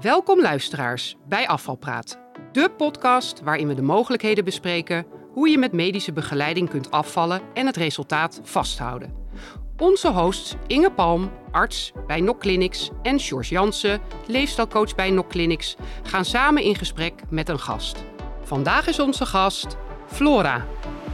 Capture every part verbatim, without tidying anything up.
Welkom luisteraars bij Afvalpraat, de podcast waarin we de mogelijkheden bespreken hoe je met medische begeleiding kunt afvallen en het resultaat vasthouden. Onze hosts Inge Palm, arts bij N O C Clinics, en George Jansen, leefstijlcoach bij N O C Clinics, gaan samen in gesprek met een gast. Vandaag is onze gast Flora.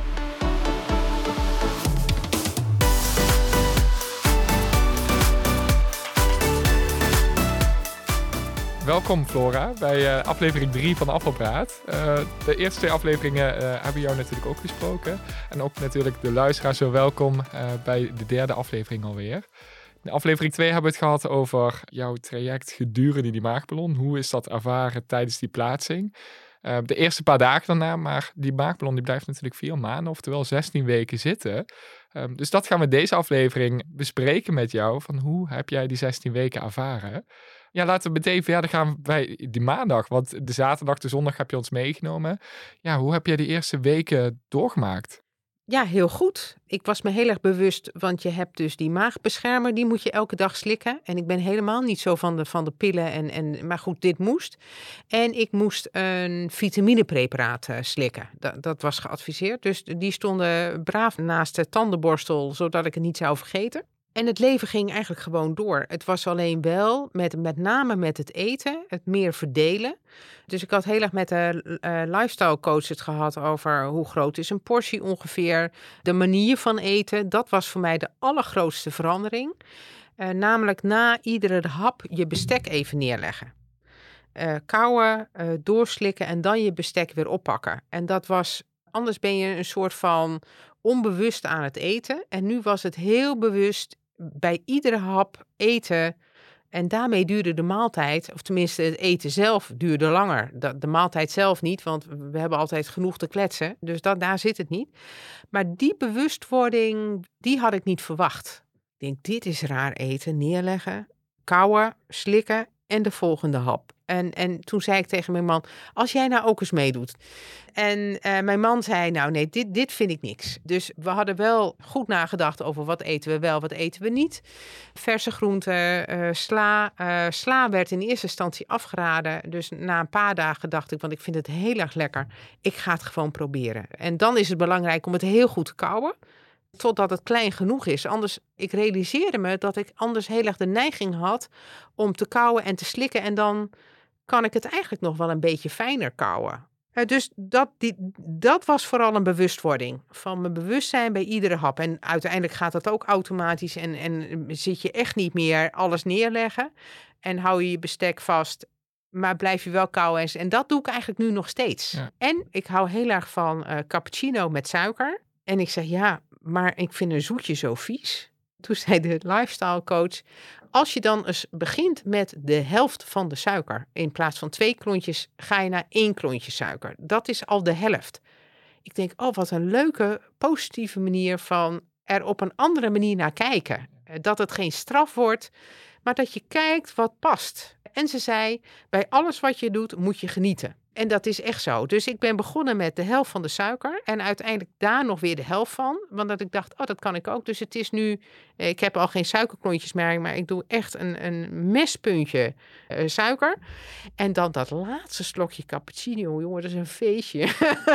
Welkom Flora bij uh, aflevering drie van Afvalpraat. Uh, de eerste twee afleveringen uh, hebben we jou natuurlijk ook gesproken. En ook natuurlijk de luisteraars zo welkom uh, bij de derde aflevering alweer. In aflevering twee hebben we het gehad over jouw traject gedurende die maagballon. Hoe is dat ervaren tijdens die plaatsing? Uh, de eerste paar dagen daarna, maar die maagballon die blijft natuurlijk vier maanden, oftewel zestien weken zitten. Um, dus dat gaan we deze aflevering bespreken met jou. Van hoe heb jij die zestien weken ervaren? Ja, laten we meteen verder gaan bij die maandag. Want de zaterdag, de zondag heb je ons meegenomen. Ja, hoe heb jij die eerste weken doorgemaakt? Ja, heel goed. Ik was me heel erg bewust, want je hebt dus die maagbeschermer, die moet je elke dag slikken. En ik ben helemaal niet zo van de, van de pillen, en, en, maar goed, dit moest. En ik moest een vitaminepreparaat uh, slikken. Dat, dat was geadviseerd. Dus die stonden braaf naast de tandenborstel, zodat ik het niet zou vergeten. En het leven ging eigenlijk gewoon door. Het was alleen wel, met, met name met het eten, het meer verdelen. Dus ik had heel erg met de uh, lifestyle coach het gehad over hoe groot is een portie ongeveer. De manier van eten, dat was voor mij de allergrootste verandering. Uh, namelijk na iedere hap je bestek even neerleggen. Uh, kauwen, uh, doorslikken en dan je bestek weer oppakken. En dat was, anders ben je een soort van onbewust aan het eten. En nu was het heel bewust bij iedere hap eten. En daarmee duurde de maaltijd, of tenminste het eten zelf duurde langer. De, de maaltijd zelf niet, want we hebben altijd genoeg te kletsen. Dus dat, daar zit het niet. Maar die bewustwording, die had ik niet verwacht. Ik denk, dit is raar eten, neerleggen, kauwen, slikken en de volgende hap. En, en toen zei ik tegen mijn man, als jij nou ook eens meedoet. En uh, mijn man zei, nou nee, dit, dit vind ik niks. Dus we hadden wel goed nagedacht over wat eten we wel, wat eten we niet. Verse groenten, uh, sla. Uh, sla werd in eerste instantie afgeraden. Dus na een paar dagen dacht ik, want ik vind het heel erg lekker. Ik ga het gewoon proberen. En dan is het belangrijk om het heel goed te kauwen. Totdat het klein genoeg is. Anders, ik realiseerde me dat ik anders heel erg de neiging had om te kauwen en te slikken. En dan kan ik het eigenlijk nog wel een beetje fijner kauwen. Uh, dus dat, die, dat was vooral een bewustwording. Van mijn bewustzijn bij iedere hap. En uiteindelijk gaat dat ook automatisch. En, en zit je echt niet meer alles neerleggen. En hou je je bestek vast. Maar blijf je wel kauwen. En, en dat doe ik eigenlijk nu nog steeds. Ja. En ik hou heel erg van uh, cappuccino met suiker. En ik zeg, ja, maar ik vind een zoetje zo vies. Toen zei de lifestyle coach, als je dan eens begint met de helft van de suiker. In plaats van twee klontjes ga je naar één klontje suiker. Dat is al de helft. Ik denk, oh, wat een leuke, positieve manier van er op een andere manier naar kijken. Dat het geen straf wordt, maar dat je kijkt wat past. En ze zei, bij alles wat je doet moet je genieten. En dat is echt zo. Dus ik ben begonnen met de helft van de suiker. En uiteindelijk daar nog weer de helft van. Want dat ik dacht, oh, dat kan ik ook. Dus het is nu, ik heb al geen suikerklontjes meer. Maar ik doe echt een, een mespuntje uh, suiker. En dan dat laatste slokje cappuccino. Jongen, dat is een feestje.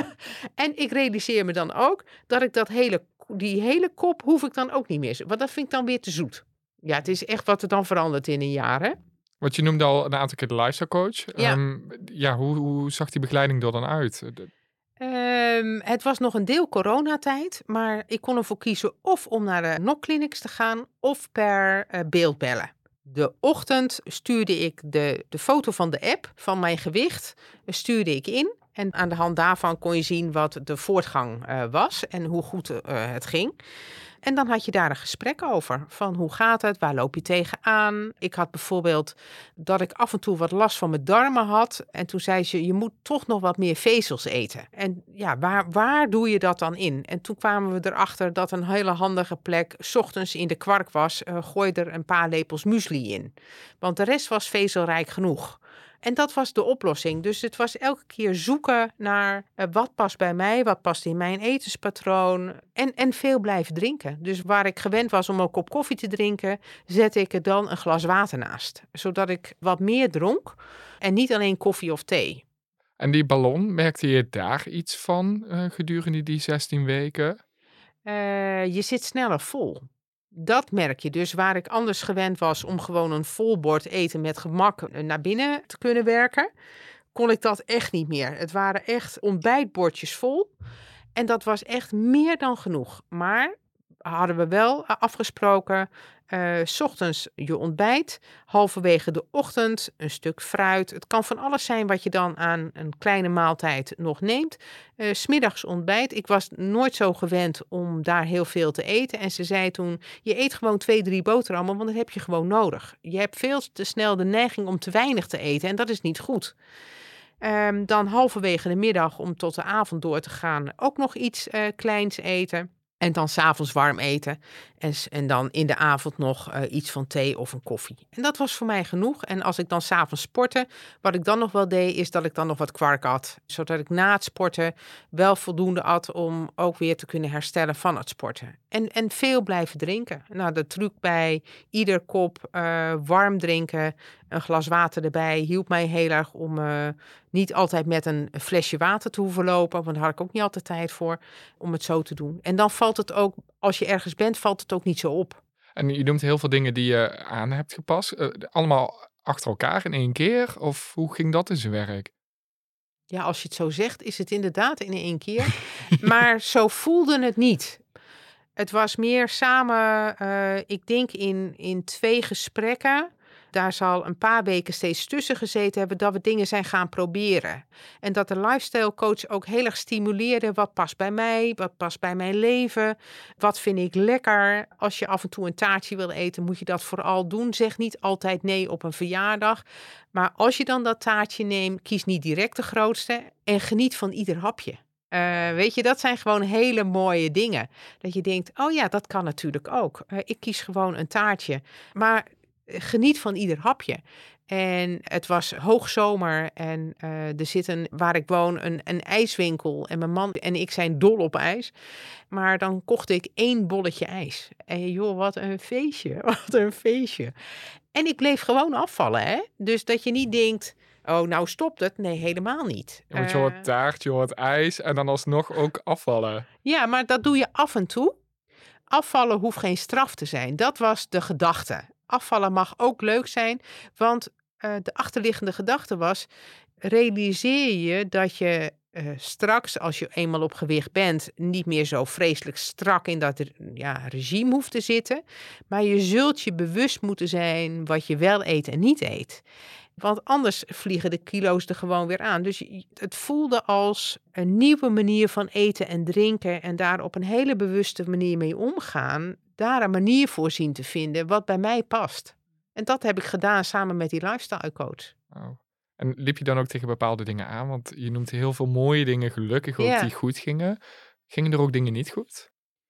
En ik realiseer me dan ook dat ik dat hele, die hele kop hoef ik dan ook niet meer. Want dat vind ik dan weer te zoet. Ja, het is echt wat er dan verandert in een jaar, hè? Want je noemde al een aantal keer de lifestyle coach. Ja, um, ja hoe, hoe zag die begeleiding er dan uit? Um, het was nog een deel coronatijd, maar ik kon ervoor kiezen of om naar de N O C Clinics te gaan of per uh, beeld bellen. De ochtend stuurde ik de, de foto van de app van mijn gewicht, stuurde ik in. En aan de hand daarvan kon je zien wat de voortgang uh, was en hoe goed uh, het ging. En dan had je daar een gesprek over. Van hoe gaat het? Waar loop je tegenaan? Ik had bijvoorbeeld dat ik af en toe wat last van mijn darmen had. En toen zei ze, je moet toch nog wat meer vezels eten. En ja, waar, waar doe je dat dan in? En toen kwamen we erachter dat een hele handige plek 's ochtends in de kwark was. Uh, gooi er een paar lepels muesli in. Want de rest was vezelrijk genoeg. En dat was de oplossing. Dus het was elke keer zoeken naar uh, wat past bij mij, wat past in mijn etenspatroon. En, en veel blijven drinken. Dus waar ik gewend was om een kop koffie te drinken, zette ik er dan een glas water naast. Zodat ik wat meer dronk en niet alleen koffie of thee. En die ballon, merkte je daar iets van uh, gedurende die zestien weken? Uh, je zit sneller vol. Dat merk je. Dus waar ik anders gewend was om gewoon een vol bord eten met gemak naar binnen te kunnen werken, kon ik dat echt niet meer. Het waren echt ontbijtbordjes vol. En dat was echt meer dan genoeg. Maar hadden we wel afgesproken, uh, 's ochtends je ontbijt, halverwege de ochtend een stuk fruit. Het kan van alles zijn wat je dan aan een kleine maaltijd nog neemt. Uh, 's middags ontbijt. Ik was nooit zo gewend om daar heel veel te eten. En ze zei toen, je eet gewoon twee, drie boterhammen, want dat heb je gewoon nodig. Je hebt veel te snel de neiging om te weinig te eten en dat is niet goed. Um, dan halverwege de middag om tot de avond door te gaan ook nog iets uh, kleins eten. En dan 's avonds warm eten. En, en dan in de avond nog uh, iets van thee of een koffie. En dat was voor mij genoeg. En als ik dan 's avonds sportte, wat ik dan nog wel deed, is dat ik dan nog wat kwark at. Zodat ik na het sporten wel voldoende at om ook weer te kunnen herstellen van het sporten. En, en veel blijven drinken. Nou, de truc bij ieder kop uh, warm drinken, een glas water erbij, hielp mij heel erg om uh, niet altijd met een flesje water te hoeven lopen. Want daar had ik ook niet altijd tijd voor om het zo te doen. En dan valt het ook, als je ergens bent, valt het ook niet zo op. En je noemt heel veel dingen die je aan hebt gepast. Uh, allemaal achter elkaar in één keer? Of hoe ging dat in zijn werk? Ja, als je het zo zegt, is het inderdaad in één keer. Maar zo voelde het niet. Het was meer samen, uh, ik denk in, in twee gesprekken. Daar zal een paar weken steeds tussen gezeten hebben dat we dingen zijn gaan proberen. En dat de lifestyle coach ook heel erg stimuleerde. Wat past bij mij? Wat past bij mijn leven? Wat vind ik lekker? Als je af en toe een taartje wil eten, moet je dat vooral doen. Zeg niet altijd nee op een verjaardag. Maar als je dan dat taartje neemt, kies niet direct de grootste en geniet van ieder hapje. Uh, weet je, dat zijn gewoon hele mooie dingen. Dat je denkt, oh ja, dat kan natuurlijk ook. Uh, ik kies gewoon een taartje. Maar geniet van ieder hapje. En het was hoogzomer en uh, er zit een, waar ik woon een, een ijswinkel. En mijn man en ik zijn dol op ijs. Maar dan kocht ik één bolletje ijs. En joh, wat een feestje. Wat een feestje. En ik bleef gewoon afvallen, hè. Dus dat je niet denkt, oh, nou stopt het. Nee, helemaal niet. Want je hoort taart, je hoort ijs en dan alsnog ook afvallen. Ja, maar dat doe je af en toe. Afvallen hoeft geen straf te zijn. Dat was de gedachte. Afvallen mag ook leuk zijn, want uh, de achterliggende gedachte was, realiseer je dat je uh, straks, als je eenmaal op gewicht bent, niet meer zo vreselijk strak in dat ja, regime hoeft te zitten, maar je zult je bewust moeten zijn wat je wel eet en niet eet. Want anders vliegen de kilo's er gewoon weer aan. Dus het voelde als een nieuwe manier van eten en drinken en daar op een hele bewuste manier mee omgaan. Daar een manier voor zien te vinden wat bij mij past. En dat heb ik gedaan samen met die lifestyle coach. Oh. En liep je dan ook tegen bepaalde dingen aan? Want je noemt heel veel mooie dingen gelukkig ook Ja. die goed gingen. Gingen er ook dingen niet goed?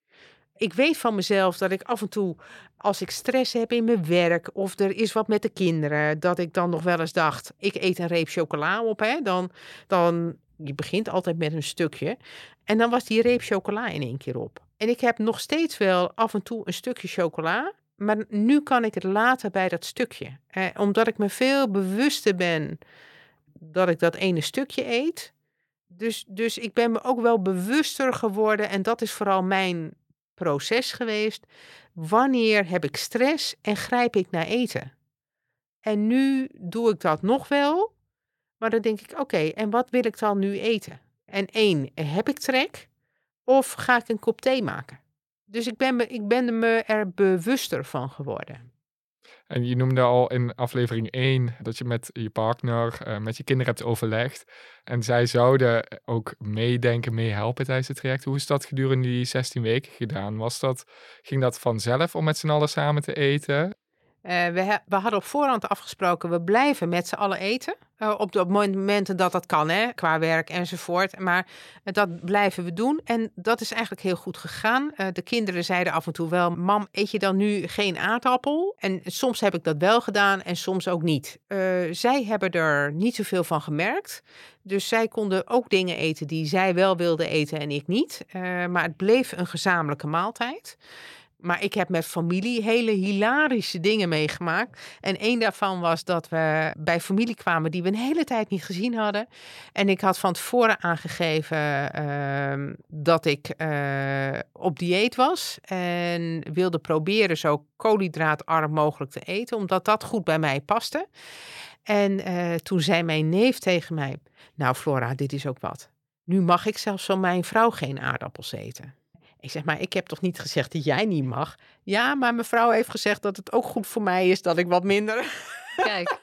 Ik weet van mezelf dat ik af en toe, als ik stress heb in mijn werk of er is wat met de kinderen, dat ik dan nog wel eens dacht, ik eet een reep chocola op. Hè? Dan, dan, je begint altijd met een stukje. En dan was die reep chocola in één keer op. En ik heb nog steeds wel af en toe een stukje chocola. Maar nu kan ik het laten bij dat stukje. Eh, omdat ik me veel bewuster ben dat ik dat ene stukje eet. Dus, dus ik ben me ook wel bewuster geworden. En dat is vooral mijn proces geweest. Wanneer heb ik stress en grijp ik naar eten? En nu doe ik dat nog wel. Maar dan denk ik, oké, okay, en wat wil ik dan nu eten? En één, heb ik trek? Of ga ik een kop thee maken? Dus ik ben, me, ik ben me er bewuster van geworden. En je noemde al in aflevering één dat je met je partner, uh, met je kinderen hebt overlegd. En zij zouden ook meedenken, meehelpen tijdens het traject. Hoe is dat gedurende die zestien weken gedaan? Was dat, ging dat vanzelf om met z'n allen samen te eten? Uh, we, he- we hadden op voorhand afgesproken, we blijven met z'n allen eten. Uh, op de momenten dat dat kan, hè, qua werk enzovoort. Maar uh, dat blijven we doen. En dat is eigenlijk heel goed gegaan. Uh, de kinderen zeiden af en toe wel, mam, eet je dan nu geen aardappel? En soms heb ik dat wel gedaan en soms ook niet. Uh, zij hebben er niet zoveel van gemerkt. Dus zij konden ook dingen eten die zij wel wilden eten en ik niet. Uh, maar het bleef een gezamenlijke maaltijd. Maar ik heb met familie hele hilarische dingen meegemaakt. En één daarvan was dat we bij familie kwamen die we een hele tijd niet gezien hadden. En ik had van tevoren aangegeven uh, dat ik uh, op dieet was. En wilde proberen zo koolhydraatarm mogelijk te eten. Omdat dat goed bij mij paste. En uh, toen zei mijn neef tegen mij, nou Flora, dit is ook wat. Nu mag ik zelfs van mijn vrouw geen aardappels eten. Ik zeg, maar ik heb toch niet gezegd dat jij niet mag? Ja, maar mijn vrouw heeft gezegd dat het ook goed voor mij is dat ik wat minder... Kijk.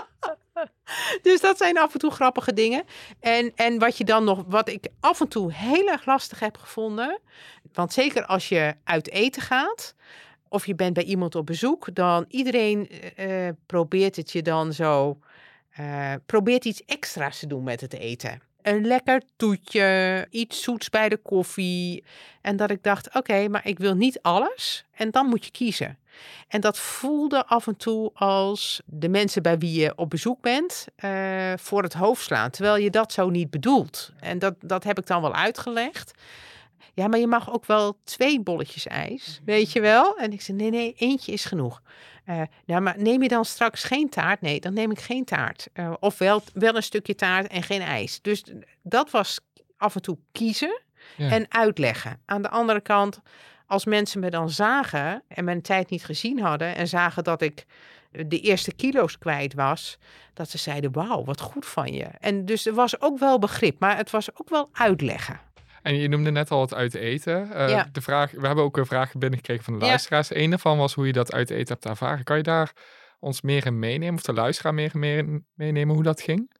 Dus dat zijn af en toe grappige dingen. En, en wat je dan nog, wat ik af en toe heel erg lastig heb gevonden. Want zeker als je uit eten gaat, of je bent bij iemand op bezoek, dan iedereen uh, probeert het je dan zo, uh, probeert iets extra's te doen met het eten. Een lekker toetje, iets zoets bij de koffie. En dat ik dacht, oké, okay, maar ik wil niet alles. En dan moet je kiezen. En dat voelde af en toe als de mensen bij wie je op bezoek bent uh, voor het hoofd slaan. Terwijl je dat zo niet bedoelt. En dat, dat heb ik dan wel uitgelegd. Ja, maar je mag ook wel twee bolletjes ijs, weet je wel? En ik zei, nee, nee, eentje is genoeg. Uh, nou, maar neem je dan straks geen taart? Nee, dan neem ik geen taart. Uh, of wel, wel een stukje taart en geen ijs. Dus dat was af en toe kiezen ja. en uitleggen. Aan de andere kant, als mensen me dan zagen en mijn tijd niet gezien hadden en zagen dat ik de eerste kilo's kwijt was, dat ze zeiden, wauw, wat goed van je. En dus er was ook wel begrip, maar het was ook wel uitleggen. En je noemde net al het uit eten. Uh, ja. de vraag, we hebben ook een vraag binnengekregen van de luisteraars. Ja. Eén daarvan was hoe je dat uit eten hebt ervaren. Kan je daar ons meer in meenemen? Of de luisteraar meer in meenemen hoe dat ging?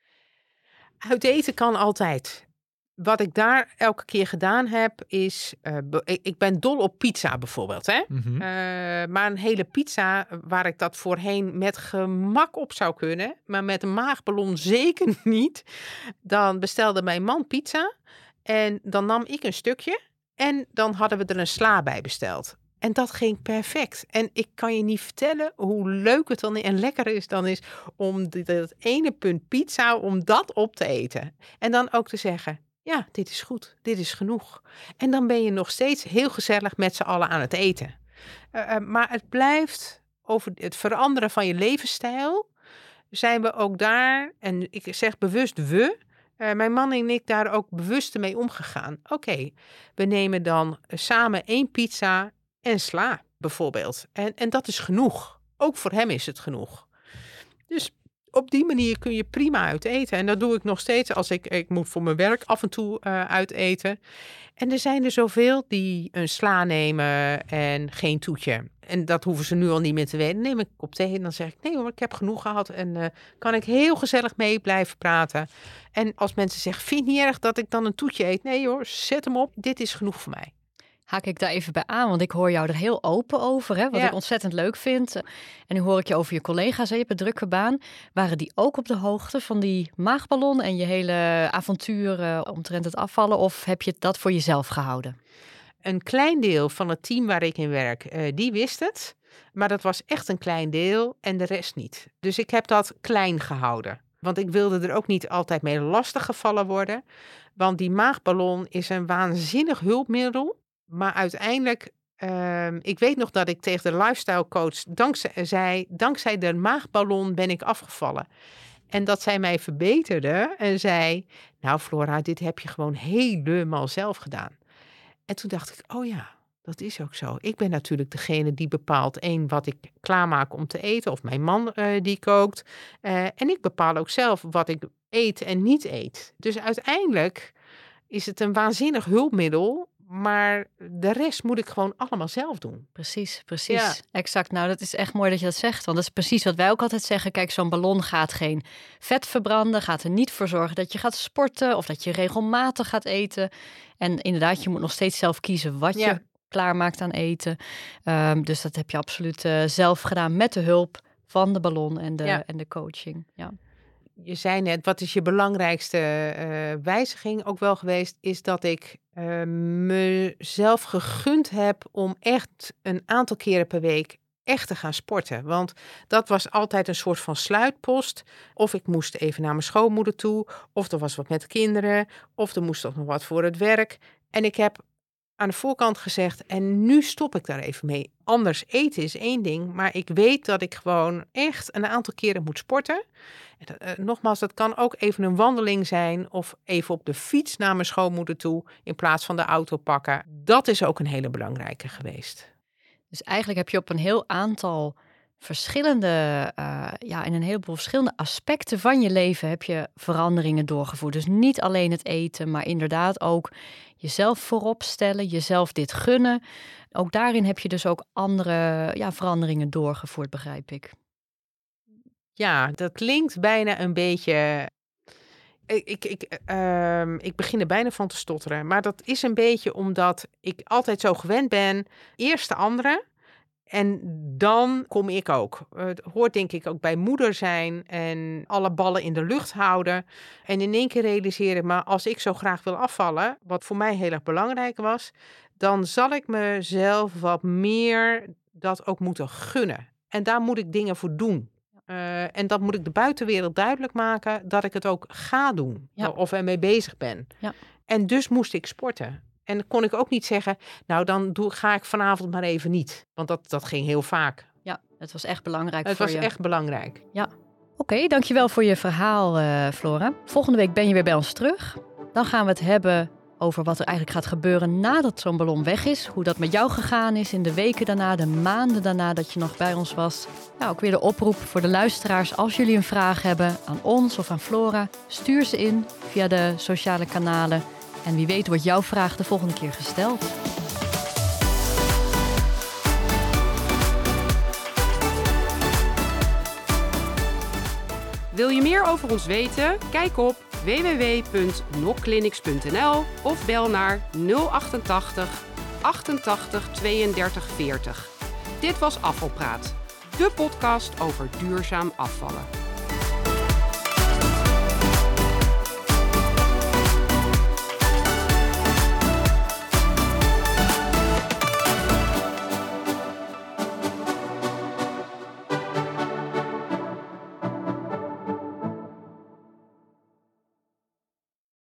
Uit eten kan altijd. Wat ik daar elke keer gedaan heb is, uh, be- ik ben dol op pizza bijvoorbeeld. Hè? Mm-hmm. Uh, maar een hele pizza waar ik dat voorheen met gemak op zou kunnen, maar met een maagballon zeker niet. Dan bestelde mijn man pizza. En dan nam ik een stukje en dan hadden we er een sla bij besteld. En dat ging perfect. En ik kan je niet vertellen hoe leuk het dan en lekker is dan is om dat ene punt pizza, om dat op te eten. En dan ook te zeggen, ja, dit is goed, dit is genoeg. En dan ben je nog steeds heel gezellig met z'n allen aan het eten. Uh, uh, maar het blijft over het veranderen van je levensstijl. Zijn we ook daar, en ik zeg bewust we... Uh, mijn man en ik daar ook bewust mee omgegaan. Oké, okay, we nemen dan samen één pizza en sla bijvoorbeeld. En, en dat is genoeg. Ook voor hem is het genoeg. Dus op die manier kun je prima uit eten. En dat doe ik nog steeds als ik, ik moet voor mijn werk af en toe uh, uit eten. En er zijn er zoveel die een sla nemen en geen toetje. En dat hoeven ze nu al niet meer te weten. Neem ik een kop thee en dan zeg ik, nee hoor, ik heb genoeg gehad. En uh, kan ik heel gezellig mee blijven praten. En als mensen zeggen, vind je niet erg dat ik dan een toetje eet? Nee hoor, zet hem op. Dit is genoeg voor mij. Haak ik daar even bij aan, want ik hoor jou er heel open over, hè, wat ja. ik ontzettend leuk vind. En nu hoor ik je over je collega's, hè, je hebt een drukke baan. Waren die ook op de hoogte van die maagballon en je hele avontuur uh, omtrent het afvallen? Of heb je dat voor jezelf gehouden? Een klein deel van het team waar ik in werk, uh, die wist het. Maar dat was echt een klein deel en de rest niet. Dus ik heb dat klein gehouden. Want ik wilde er ook niet altijd mee lastig gevallen worden. Want die maagballon is een waanzinnig hulpmiddel. Maar uiteindelijk, uh, ik weet nog dat ik tegen de lifestyle coach dankzij, zei, dankzij de maagballon ben ik afgevallen. En dat zij mij verbeterde en zei, nou Flora, dit heb je gewoon helemaal zelf gedaan. En toen dacht ik, oh ja, dat is ook zo. Ik ben natuurlijk degene die bepaalt, één, wat ik klaarmaak om te eten. Of mijn man uh, die kookt. Uh, en ik bepaal ook zelf wat ik eet en niet eet. Dus uiteindelijk is het een waanzinnig hulpmiddel. Maar de rest moet ik gewoon allemaal zelf doen. Precies, precies. Ja. Exact. Nou, dat is echt mooi dat je dat zegt. Want dat is precies wat wij ook altijd zeggen. Kijk, zo'n ballon gaat geen vet verbranden. Gaat er niet voor zorgen dat je gaat sporten. Of dat je regelmatig gaat eten. En inderdaad, je moet nog steeds zelf kiezen wat Ja. je klaarmaakt aan eten. Um, dus dat heb je absoluut uh, zelf gedaan met de hulp van de ballon en de, ja. en de coaching. Ja. Je zei net, wat is je belangrijkste uh, wijziging ook wel geweest, is dat ik uh, mezelf gegund heb om echt een aantal keren per week echt te gaan sporten. Want dat was altijd een soort van sluitpost. Of ik moest even naar mijn schoonmoeder toe, of er was wat met de kinderen, of er moest toch nog wat voor het werk. En ik heb aan de voorkant gezegd, en nu stop ik daar even mee. Anders eten is één ding, maar ik weet dat ik gewoon echt een aantal keren moet sporten. En, uh, nogmaals, dat kan ook even een wandeling zijn of even op de fiets naar mijn schoonmoeder toe in plaats van de auto pakken. Dat is ook een hele belangrijke geweest. Dus eigenlijk heb je op een heel aantal verschillende, uh, ja, in een heleboel verschillende aspecten van je leven heb je veranderingen doorgevoerd. Dus niet alleen het eten, maar inderdaad ook jezelf voorop stellen, jezelf dit gunnen. Ook daarin heb je dus ook andere ja, veranderingen doorgevoerd, begrijp ik. Ja, dat klinkt bijna een beetje. Ik, ik, ik, uh, ik begin er bijna van te stotteren. Maar dat is een beetje omdat ik altijd zo gewend ben. Eerst de anderen. En dan kom ik ook. Het hoort denk ik ook bij moeder zijn en alle ballen in de lucht houden. En in één keer realiseren, maar als ik zo graag wil afvallen, wat voor mij heel erg belangrijk was, dan zal ik mezelf wat meer dat ook moeten gunnen. En daar moet ik dingen voor doen. Uh, en dat moet ik de buitenwereld duidelijk maken dat ik het ook ga doen. Ja. Of ermee bezig ben. Ja. En dus moest ik sporten. En dan kon ik ook niet zeggen, nou dan doe, ga ik vanavond maar even niet. Want dat, dat ging heel vaak. Ja, het was echt belangrijk het voor je. Het was echt belangrijk. Ja. Oké, okay, dankjewel voor je verhaal, uh, Flora. Volgende week ben je weer bij ons terug. Dan gaan we het hebben over wat er eigenlijk gaat gebeuren nadat zo'n ballon weg is. Hoe dat met jou gegaan is in de weken daarna, de maanden daarna dat je nog bij ons was. Nou, ook weer de oproep voor de luisteraars. Als jullie een vraag hebben aan ons of aan Flora, stuur ze in via de sociale kanalen. En wie weet wordt jouw vraag de volgende keer gesteld. Wil je meer over ons weten? Kijk op w w w punt nokclinics punt n l of bel naar nul achtentachtig achtentachtig tweeëndertig veertig. Dit was Afvalpraat, de podcast over duurzaam afvallen.